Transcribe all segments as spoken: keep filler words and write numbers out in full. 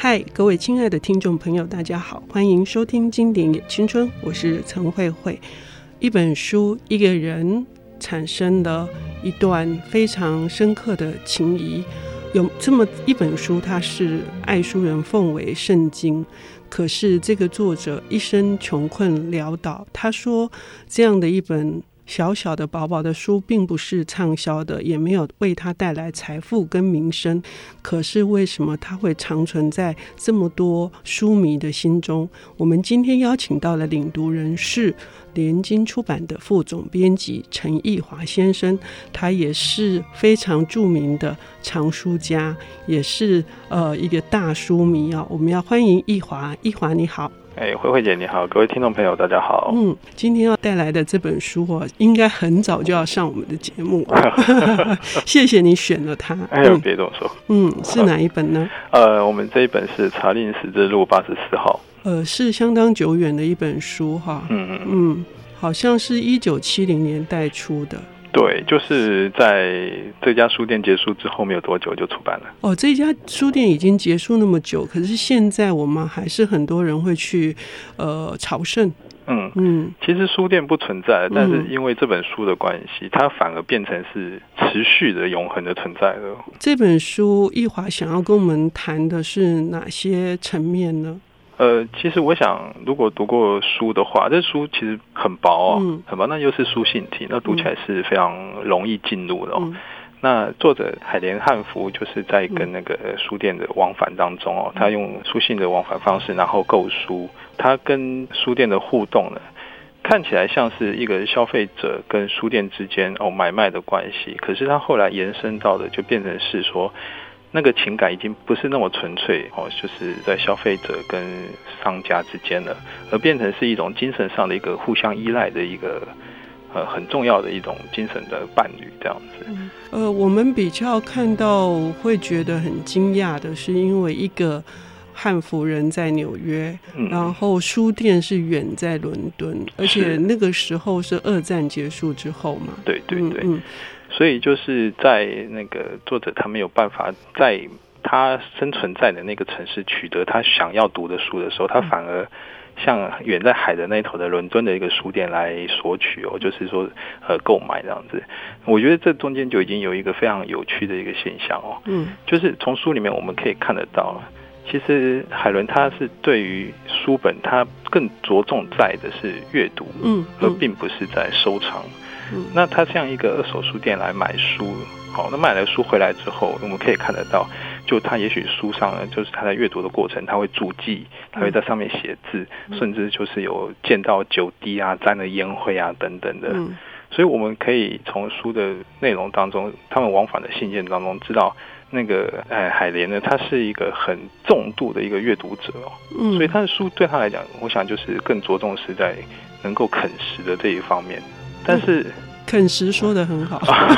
嗨，各位亲爱的听众朋友，大家好，欢迎收听经典也青春，我是陈慧慧。一本书，一个人产生了一段非常深刻的情谊。有这么一本书，它是爱书人奉为圣经，可是这个作者一生穷困潦倒。他说，这样的一本小小的薄薄的书并不是畅销的，也没有为他带来财富跟名声，可是为什么他会长存在这么多书迷的心中？我们今天邀请到的领读人是联经出版的副总编辑陈奕华先生，他也是非常著名的藏书家，也是呃一个大书迷啊。我们要欢迎奕华。奕华你好。 哎，慧慧姐你好，各位听众朋友大家好。 嗯，今天要带来的这本书哦，应该很早就要上我们的节目，谢谢你选了它。 哎呦，别这么说。 嗯，是哪一本呢？ 呃，我们这一本是《查令十字路八十四号》。 呃，是相当久远的一本书哈。 嗯嗯嗯，好像是一九七零年代出的。 对，就是在这家书店结束之后没有多久就出版了。 哦，这家书店已经结束那么久，可是现在我们还是很多人会去呃朝圣。 嗯嗯，其实书店不存在，但是因为这本书的关系，它反而变成是持续的、永恒的存在了。 这本书，奕华想要跟我们谈的是哪些层面呢？ 呃，其实我想，如果读过书的话，这书其实很薄哦，嗯、很薄，那又是书信体，那读起来是非常容易进入的哦。嗯、那作者海莲汉服就是在跟那个书店的往返当中哦，他用书信的往返方式，然后购书，他跟书店的互动呢，看起来像是一个消费者跟书店之间哦买卖的关系，可是他后来延伸到的就变成是说，那个情感已经不是那么纯粹哦，就是在消费者跟商家之间了，而变成是一种精神上的一个互相依赖的一个呃很重要的一种精神的伴侣这样子。 嗯、呃，我们比较看到会觉得很惊讶的是，因为一个汉服人在纽约，嗯、然后书店是远在伦敦，而且那个时候是二战结束之后嘛。 对对对。嗯嗯，所以就是在那个作者他没有办法在他生存在的那个城市取得他想要读的书的时候，他反而向远在海的那头的伦敦的一个书店来索取哦，就是说呃购买这样子。我觉得这中间就已经有一个非常有趣的一个现象哦，嗯，就是从书里面我们可以看得到，其实海伦他是对于书本他更着重在的是阅读，嗯，而并不是在收藏。那他像一个二手书店来买书，好，那买了书回来之后，我们可以看得到，就他也许书上呢，就是他在阅读的过程，他会注记，他会在上面写字，甚至就是有见到酒滴啊、沾了烟灰啊等等的。所以我们可以从书的内容当中，他们往返的信件当中，知道那个呃海莲呢，他是一个很重度的一个阅读者哦，嗯，所以他的书对他来讲，我想就是更着重是在能够啃食的这一方面。但是啃食说得很好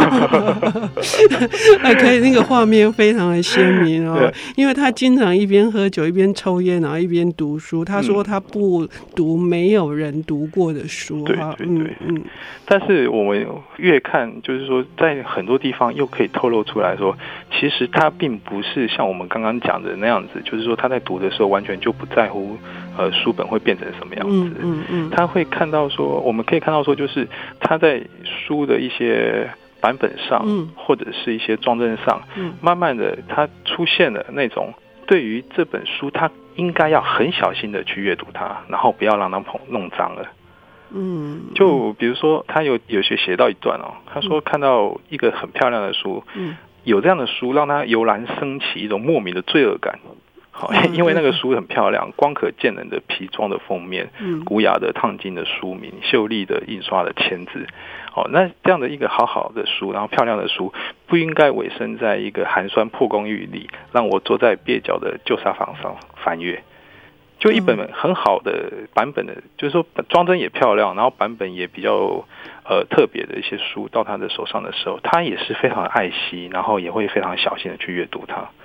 还可以，那个画面非常的鲜明哦，因为他经常一边喝酒一边抽烟，然后一边读书。他说他不读没有人读过的书。 对对对，嗯，但是我们越看，就是说在很多地方又可以透露出来说，其实他并不是像我们刚刚讲的那样子，就是说他在读的时候完全就不在乎呃书本会变成什么样子。嗯嗯嗯，他会看到说，我们可以看到说，就是他在书的一些版本上，嗯，或者是一些装帧上，嗯，慢慢的它出现了那种对于这本书，他应该要很小心的去阅读它，然后不要让它弄脏了。嗯，就比如说他有有些写到一段哦，他说看到一个很漂亮的书，嗯，有这样的书让他油然升起一种莫名的罪恶感。好，因为那个书很漂亮，光可见人的皮装的封面，嗯，古雅的烫金的书名，秀丽的印刷的签字，哦，那这样的一个好好的书，然后漂亮的书，不应该委身在一个寒酸破公寓里，让我坐在蹩脚的旧沙发上翻阅。就一本很好的版本的，就是说装帧也漂亮，然后版本也比较呃特别的一些书到他的手上的时候，他也是非常爱惜，然后也会非常小心的去阅读它。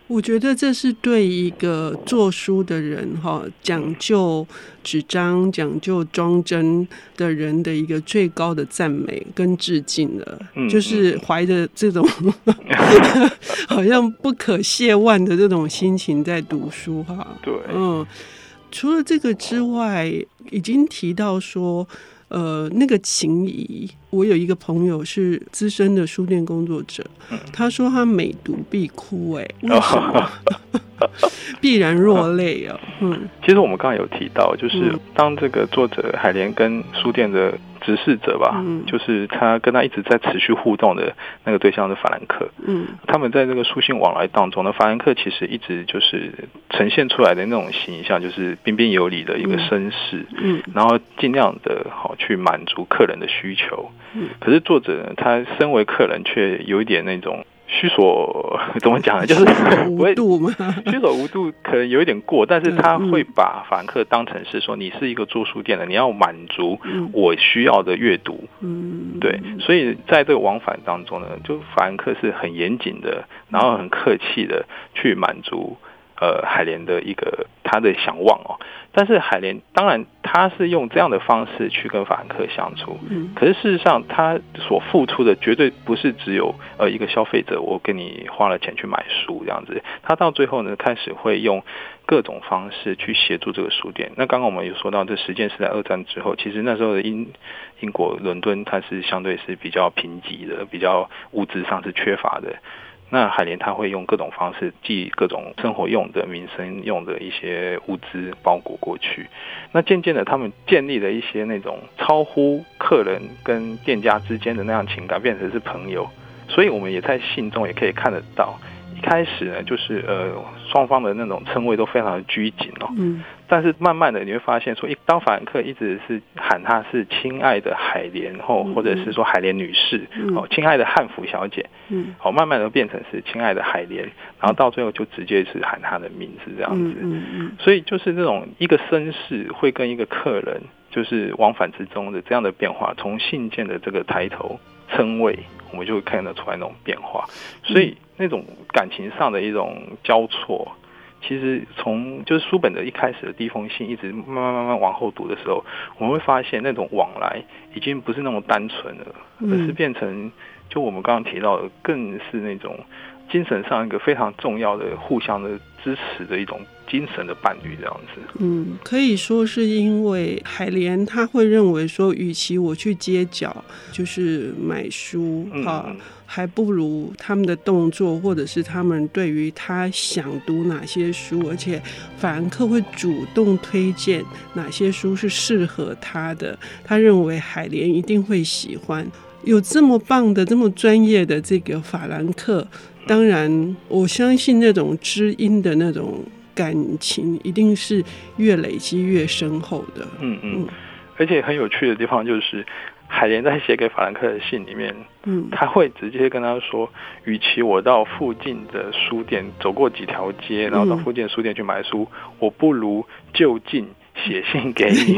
我觉得这是对一个做书的人哈，讲究纸张、讲究装帧的人的一个最高的赞美跟致敬了。嗯、就是怀着这种好像不可亵玩的这种心情在读书哈。 对， 嗯，除了这个之外，已经提到说。呃，那个情谊，我有一个朋友是资深的书店工作者，嗯、他说他每读必哭，哎，为什么？必然落泪啊！嗯， 其实我们刚刚有提到，就是当这个作者海莲跟书店的执事者吧，嗯、就是他跟他一直在持续互动的那个对象是法兰克，嗯，他们在这个书信往来当中呢，法兰克其实一直就是呈现出来的那种形象，就是彬彬有礼的一个绅士，嗯，然后尽量的好去满足客人的需求，嗯，可是作者呢，他身为客人却有一点那种。虚所怎么讲呢？就是无度吗？ 虚所无度可能有一点过，但是他会把法兰克当成是说，你是一个做书店的，你要满足我需要的阅读。嗯，对，所以在这个往返当中呢，就法兰克是很严谨的，然后很客气的去满足呃海莲的一个他的想望哦。但是海莲当然他是用这样的方式去跟法兰克相处，嗯，可是事实上他所付出的绝对不是只有呃一个消费者，我跟你花了钱去买书这样子，他到最后呢开始会用各种方式去协助这个书店。那刚刚我们有说到，这实践是在二战之后，其实那时候的英英国伦敦它是相对是比较贫瘠的，比较物质上是缺乏的。那海莲他会用各种方式寄各种生活用的、民生用的一些物资包裹过去。那渐渐的，他们建立了一些那种超乎客人跟店家之间的那样情感，变成是朋友。所以我们也在信中也可以看得到，一开始呢，就是呃双方的那种称谓都非常的拘谨哦。嗯。但是慢慢的你会发现说，一当法兰克一直是喊她是亲爱的海莲，或或者是说海莲女士，哦，亲爱的汉服小姐，嗯，好，慢慢的变成是亲爱的海莲，然后到最后就直接是喊她的名字这样子。嗯嗯。所以就是这种一个绅士会跟一个客人就是往返之中的这样的变化，从信件的这个抬头称谓，我们就会看得出来那种变化。所以那种感情上的一种交错。其实从就是书本的一开始的第一封信，一直慢慢慢慢往后读的时候，我们会发现那种往来已经不是那么单纯了，而是变成就我们刚刚提到的，更是那种精神上一个非常重要的互相的支持的一种精神的伴侣这样子。 嗯，可以说是因为海莲他会认为说，与其我去街角就是买书啊、嗯，还不如他们的动作，或者是他们对于他想读哪些书，而且法兰克会主动推荐哪些书是适合他的，他认为海莲一定会喜欢。有这么棒的、这么专业的这个法兰克，当然我相信那种知音的那种感情一定是越累积越深厚的。 嗯嗯，而且很有趣的地方就是海莲在写给法兰克的信里面，嗯，他会直接跟他说，与其我到附近的书店走过几条街，然后到附近的书店去买书，嗯、我不如就近写信给你。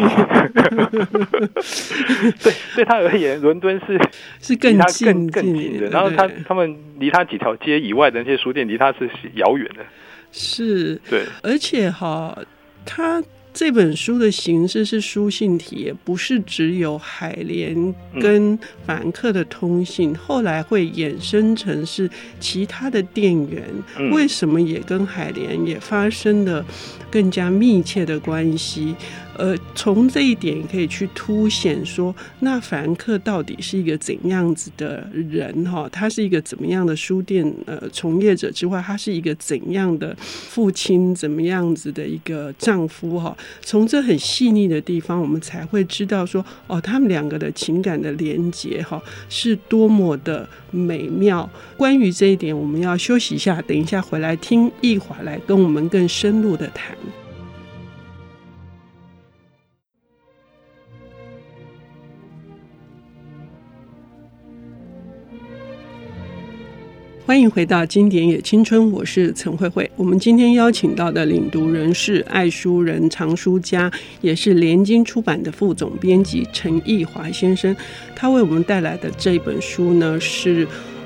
对，对他而言，伦敦是是更近更更近的，然后他他们离他几条街以外的那些书店，离他是遥远的。 是， 对， 而且哈，他这本书的形式是书信体，也不是只有海莲跟法兰克的通信、嗯、后来会衍生成是其他的店员、嗯、为什么也跟海莲也发生了更加密切的关系。呃，从这一点可以去凸显说，那法兰克到底是一个怎样子的人哈？他是一个怎么样的书店呃从业者之外，他是一个怎样的父亲，怎么样子的一个丈夫哈？从这很细腻的地方，我们才会知道说，哦，他们两个的情感的连结哈，是多么的美妙。关于这一点，我们要休息一下，等一下回来听奕华来跟我们更深入的谈。欢迎回到经典也青春，我是陈慧慧。我们今天邀请到的领读人是爱书人、藏书家，也是联经出版的副总编辑陈奕华先生。他为我们带来的这本书呢，是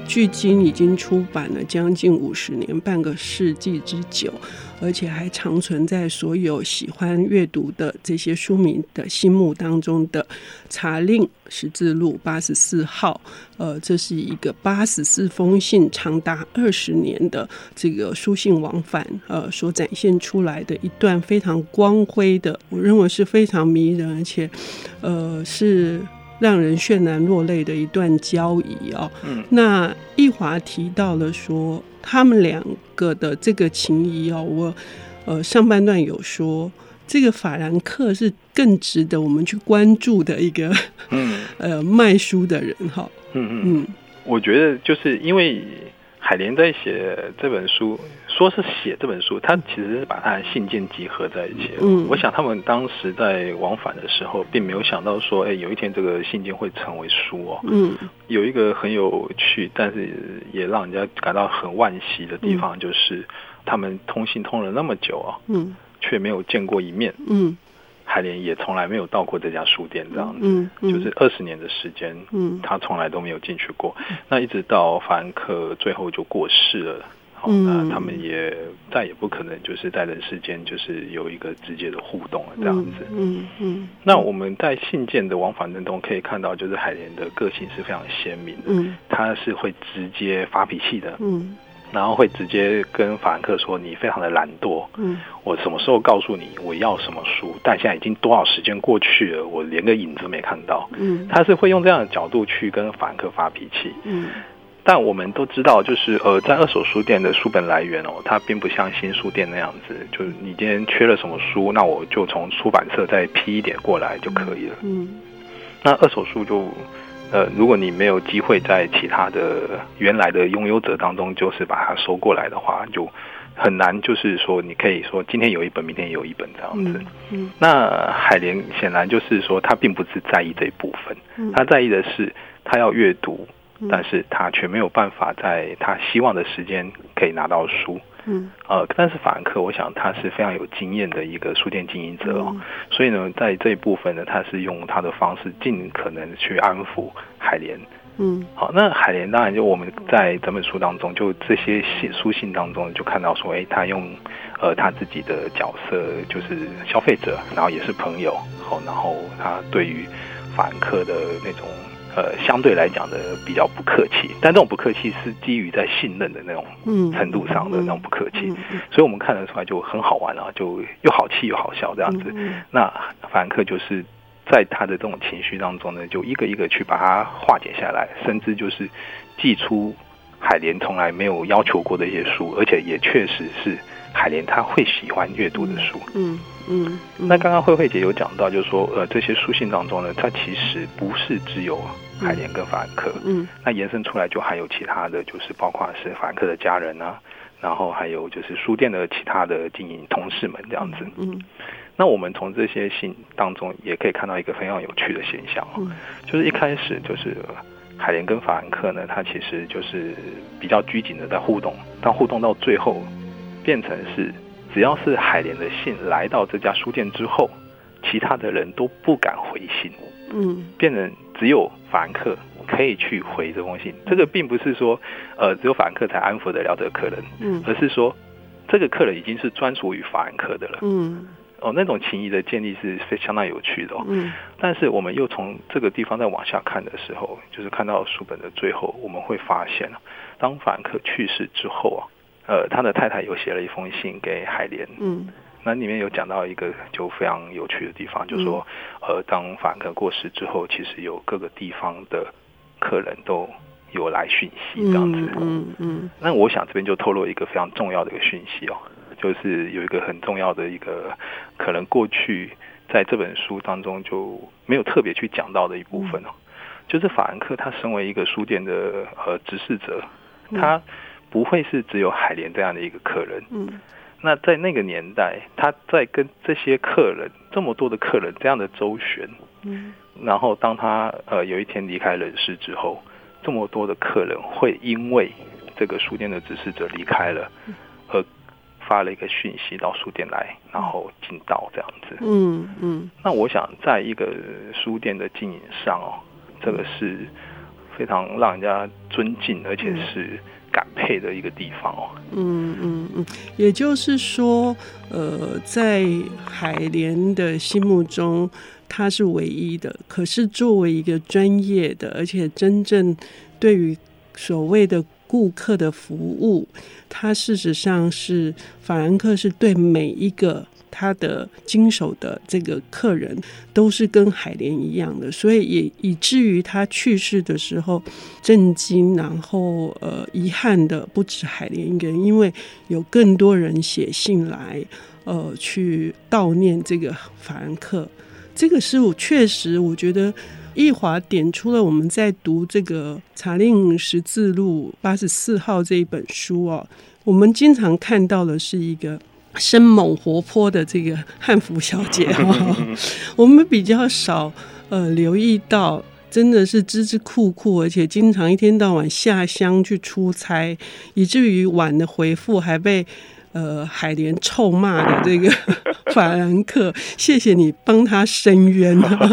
距今已经出版了将近五十年，半个世纪之久，而且还长存在所有喜欢阅读的这些书迷的心目当中的查令十字路八十四号。呃，这是一个八十四封信长达二十年的这个书信往返，呃，所展现出来的一段非常光辉的，我认为是非常迷人，而且呃是让人泫然落泪的一段交谊哦。嗯，那奕华提到了说他们两个的这个情谊哦，我呃上半段有说这个法兰克是更值得我们去关注的一个嗯呃卖书的人哈。 嗯嗯嗯，我觉得就是因为海莲在写这本书，说是写这本书，他其实是把他的信件集合在一起。嗯，我想他们当时在往返的时候，并没有想到说，哎，有一天这个信件会成为书哦。嗯，有一个很有趣，但是也让人家感到很惋惜的地方，就是他们通信通了那么久啊，嗯，却没有见过一面。嗯。海莲也从来没有到过这家书店，这样子，嗯嗯、就是二十年的时间，嗯，他从来都没有进去过。嗯、那一直到法兰克最后就过世了，好、嗯，那他们也再也不可能就是在人世间就是有一个直接的互动了，这样子。嗯 嗯, 嗯。那我们在信件的往返当中可以看到，就是海莲的个性是非常鲜明的，嗯，他是会直接发脾气的，嗯。然后会直接跟法兰克说你非常的懒惰，嗯，我什么时候告诉你我要什么书，但现在已经多少时间过去了，我连个影子没看到，嗯，他是会用这样的角度去跟法兰克发脾气，嗯，但我们都知道就是呃，在二手书店的书本来源哦，它并不像新书店那样子，就是你今天缺了什么书，那我就从出版社再批一点过来就可以了，嗯，那二手书就呃，如果你没有机会在其他的原来的拥有者当中，就是把它收过来的话，就很难，就是说你可以说今天有一本，明天有一本这样子。嗯嗯、那海莲显然就是说，他并不是在意这一部分，嗯、他在意的是他要阅读，但是他却没有办法在他希望的时间可以拿到书。嗯，呃，但是法兰克，我想他是非常有经验的一个书店经营者哦，嗯、所以呢，在这一部分呢，他是用他的方式尽可能去安抚海莲。嗯，好，那海莲当然就我们在整本书当中，就这些信书信当中就看到说，哎，他用呃他自己的角色就是消费者，然后也是朋友，好，然后他对于法兰克的那种。呃，相对来讲的比较不客气，但这种不客气是基于在信任的那种程度上的那种不客气，嗯嗯嗯、所以我们看得出来就很好玩啊，就又好气又好笑这样子。嗯嗯、那法兰克就是在他的这种情绪当中呢，就一个一个去把它化解下来，甚至就是寄出海莲从来没有要求过的一些书，而且也确实是海莲他会喜欢阅读的书。嗯。嗯，嗯那刚刚慧慧姐有讲到，就是说，呃，这些书信当中呢，它其实不是只有海莲跟法兰克，嗯，那延伸出来就还有其他的，就是包括是法兰克的家人啊，然后还有就是书店的其他的经营同事们这样子，嗯，那我们从这些信当中也可以看到一个非常有趣的现象哦，嗯、就是一开始就是海莲跟法兰克呢，他其实就是比较拘谨的在互动，但互动到最后变成是。只要是海莲的信来到这家书店之后，其他的人都不敢回信，嗯，变成只有法兰克可以去回这封信。这个并不是说，呃，只有法兰克才安抚得了这个客人，嗯，而是说这个客人已经是专属于法兰克的了，嗯，哦，那种情谊的建立是非相当有趣的哦，嗯，但是我们又从这个地方再往下看的时候，就是看到书本的最后，我们会发现，当法兰克去世之后啊。呃，他的太太有写了一封信给海莲，嗯，那里面有讲到一个就非常有趣的地方，就是说，呃，当法兰克过世之后，其实有各个地方的客人都有来讯息这样子，嗯 嗯, 嗯，那我想这边就透露一个非常重要的一个讯息哦，就是有一个很重要的一个可能过去在这本书当中就没有特别去讲到的一部分哦，就是法兰克他身为一个书店的呃执事者，他。不会是只有海莲这样的一个客人，嗯，那在那个年代，他在跟这些客人这么多的客人这样的周旋，嗯，然后当他呃有一天离开人世之后，这么多的客人会因为这个书店的执事者离开了，而发了一个讯息到书店来，然后进到这样子，嗯嗯，那我想在一个书店的经营上哦，这个是非常让人家尊敬而且是感佩的一个地方哦。 嗯嗯嗯，也就是说，呃，在海莲的心目中，它是唯一的。可是作为一个专业的，而且真正对于所谓的顾客的服务，它事实上是法兰克是对每一个他的经手的这个客人都是跟海莲一样的，所以也以至于他去世的时候震惊，然后呃遗憾的不止海莲一个人，因为有更多人写信来呃去悼念这个法兰克。这个是我确实我觉得奕华点出了我们在读这个查令十字路八十四号这一本书哦，我们经常看到的是一个生猛活泼的这个汉服小姐、哦、我们比较少呃留意到真的是孜孜酷酷，而且经常一天到晚下乡去出差，以至于晚的回复还被呃海莲臭骂的这个法兰克，谢谢你帮他伸冤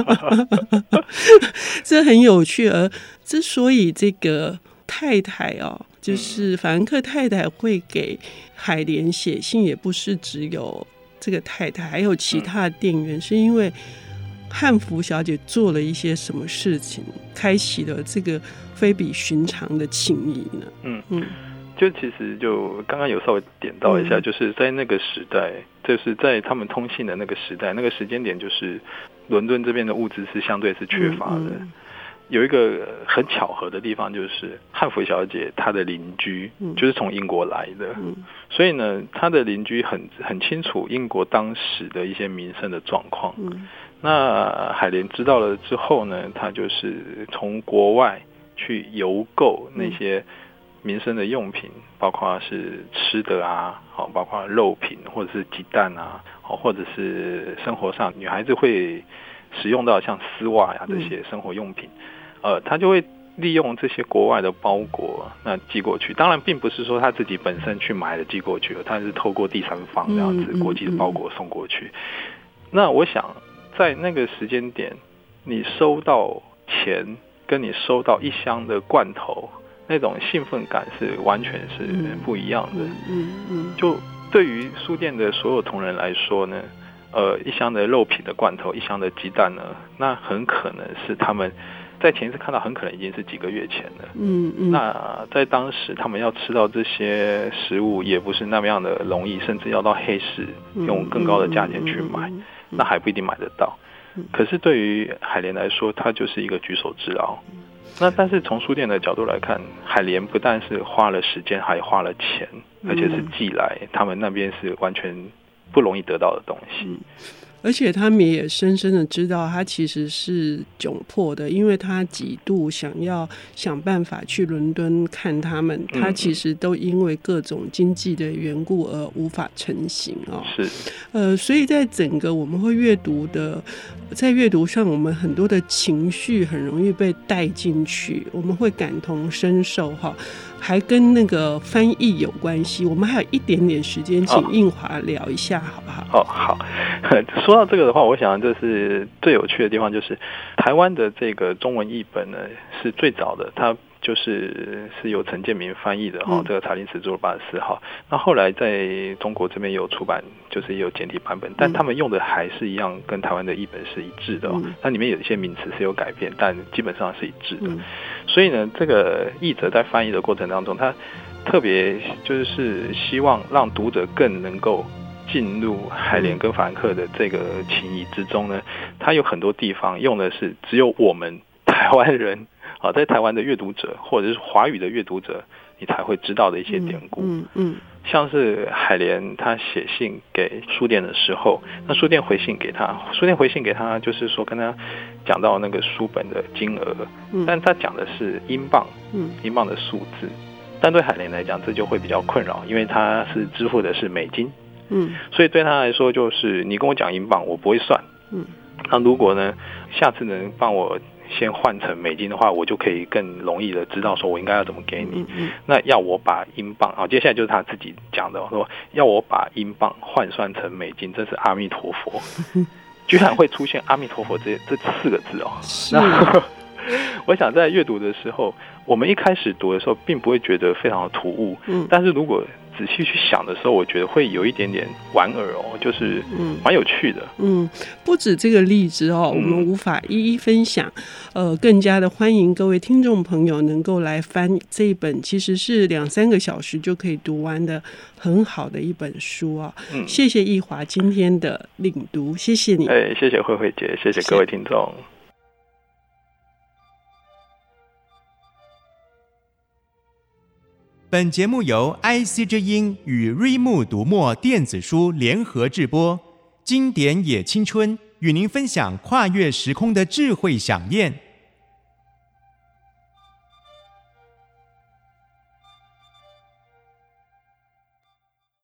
这很有趣。而之所以这个太太哦，就是法兰克太太会给海莲写信，也不是只有这个太太，还有其他的店员，是因为汉服小姐做了一些什么事情，开启了这个非比寻常的情谊呢？嗯嗯， 就其实就刚刚有稍微点到一下，就是在那个时代，就是在他们通信的那个时代，那个时间点，就是伦敦这边的物资是相对是缺乏的。嗯嗯，有一个很巧合的地方，就是汉服小姐她的邻居就是从英国来的，嗯、所以呢，她的邻居很很清楚英国当时的一些民生的状况。嗯、那海莲知道了之后呢，她就是从国外去邮购那些民生的用品，包括是吃的啊，好，包括肉品或者是鸡蛋啊，好，或者是生活上女孩子会使用到像丝袜呀、啊、这些生活用品。呃，他就会利用这些国外的包裹那寄过去，当然并不是说他自己本身去买了寄过去了，他是透过第三方这样子国际的包裹送过去。那我想在那个时间点，你收到钱跟你收到一箱的罐头，那种兴奋感是完全是不一样的。嗯嗯，就对于书店的所有同仁来说呢，呃，一箱的肉品的罐头，一箱的鸡蛋呢，那很可能是他们在前一次看到，很可能已经是几个月前了。嗯嗯。那在当时，他们要吃到这些食物也不是那么样的容易，甚至要到黑市用更高的价钱去买，嗯嗯嗯嗯、那还不一定买得到。嗯、可是对于海莲来说，它就是一个举手之劳。嗯、那但是从书店的角度来看，海莲不但是花了时间，还花了钱，而且是寄来，他们那边是完全不容易得到的东西。嗯， 而且他们也深深的知道他其实是窘迫的，因为他几度想要想办法去伦敦看他们，他其实都因为各种经济的缘故而无法成行哦。是，呃，所以在整个我们会阅读的，在阅读上，我们很多的情绪很容易被带进去，我们会感同身受哈。还跟那个翻译有关系，我们还有一点点时间，请映华聊一下好不好？ 哦，好。说到这个的话，我想这是最有趣的地方，就是台湾的这个中文译本呢是最早的，它就是是由陈建明翻译的哈、嗯，这个查令十字路八十四号。那后来在中国这边也有出版，就是也有简体版本，但他们用的还是一样，跟台湾的译本是一致的、哦。嗯、它里面有一些名词是有改变，但基本上是一致的。嗯、所以呢，这个译者在翻译的过程当中，他特别就是希望让读者更能够进入海莲跟法兰克的这个情谊之中呢，他有很多地方用的是只有我们台湾人啊，在台湾的阅读者或者是华语的阅读者，你才会知道的一些典故。嗯 嗯, 嗯，像是海莲他写信给书店的时候，那书店回信给他，书店回信给他就是说跟他讲到那个书本的金额，嗯、但他讲的是英镑，嗯，英镑的数字，但对海莲来讲这就会比较困扰，因为他是支付的是美金。嗯，所以对他来说，就是你跟我讲英镑，我不会算。嗯，那如果呢，下次能帮我先换成美金的话，我就可以更容易的知道说我应该要怎么给你。嗯嗯、那要我把英镑啊，接下来就是他自己讲的，说要我把英镑换算成美金，真是阿弥陀佛，居然会出现阿弥陀佛这这四个字哦。那我想在阅读的时候，我们一开始读的时候并不会觉得非常的突兀，嗯，但是如果仔细去想的时候，我觉得会有一点点莞尔哦，就是蛮有趣的。 嗯，不止这个例子哦，我们无法一一分享，呃，更加的欢迎各位听众朋友能够来翻这一本其实是两三个小时就可以读完的很好的一本书啊。嗯，谢谢奕华今天的领读，谢谢你。 哎，谢谢慧慧姐，谢谢各位听众。 本节目由 I C 之音与瑞木读墨电子书联合制播，经典也青春与您分享跨越时空的智慧饗宴。